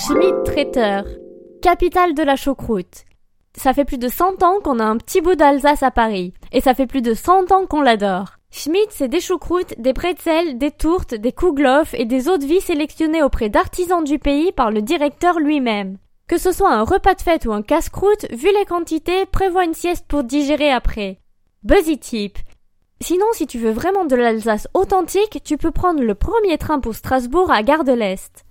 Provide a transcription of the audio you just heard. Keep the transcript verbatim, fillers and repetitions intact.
Schmidt traiteur, capitale de la choucroute. Ça fait plus de cent ans qu'on a un petit bout d'Alsace à Paris, et ça fait plus de cent ans qu'on l'adore. Schmidt, c'est des choucroutes, des pretzels, des tourtes, des kouglof et des eaux de vie sélectionnées auprès d'artisans du pays par le directeur lui-même. Que ce soit un repas de fête ou un casse-croûte, vu les quantités, prévois une sieste pour digérer après. Buzzy tip. Sinon, si tu veux vraiment de l'Alsace authentique, tu peux prendre le premier train pour Strasbourg à Gare de l'Est.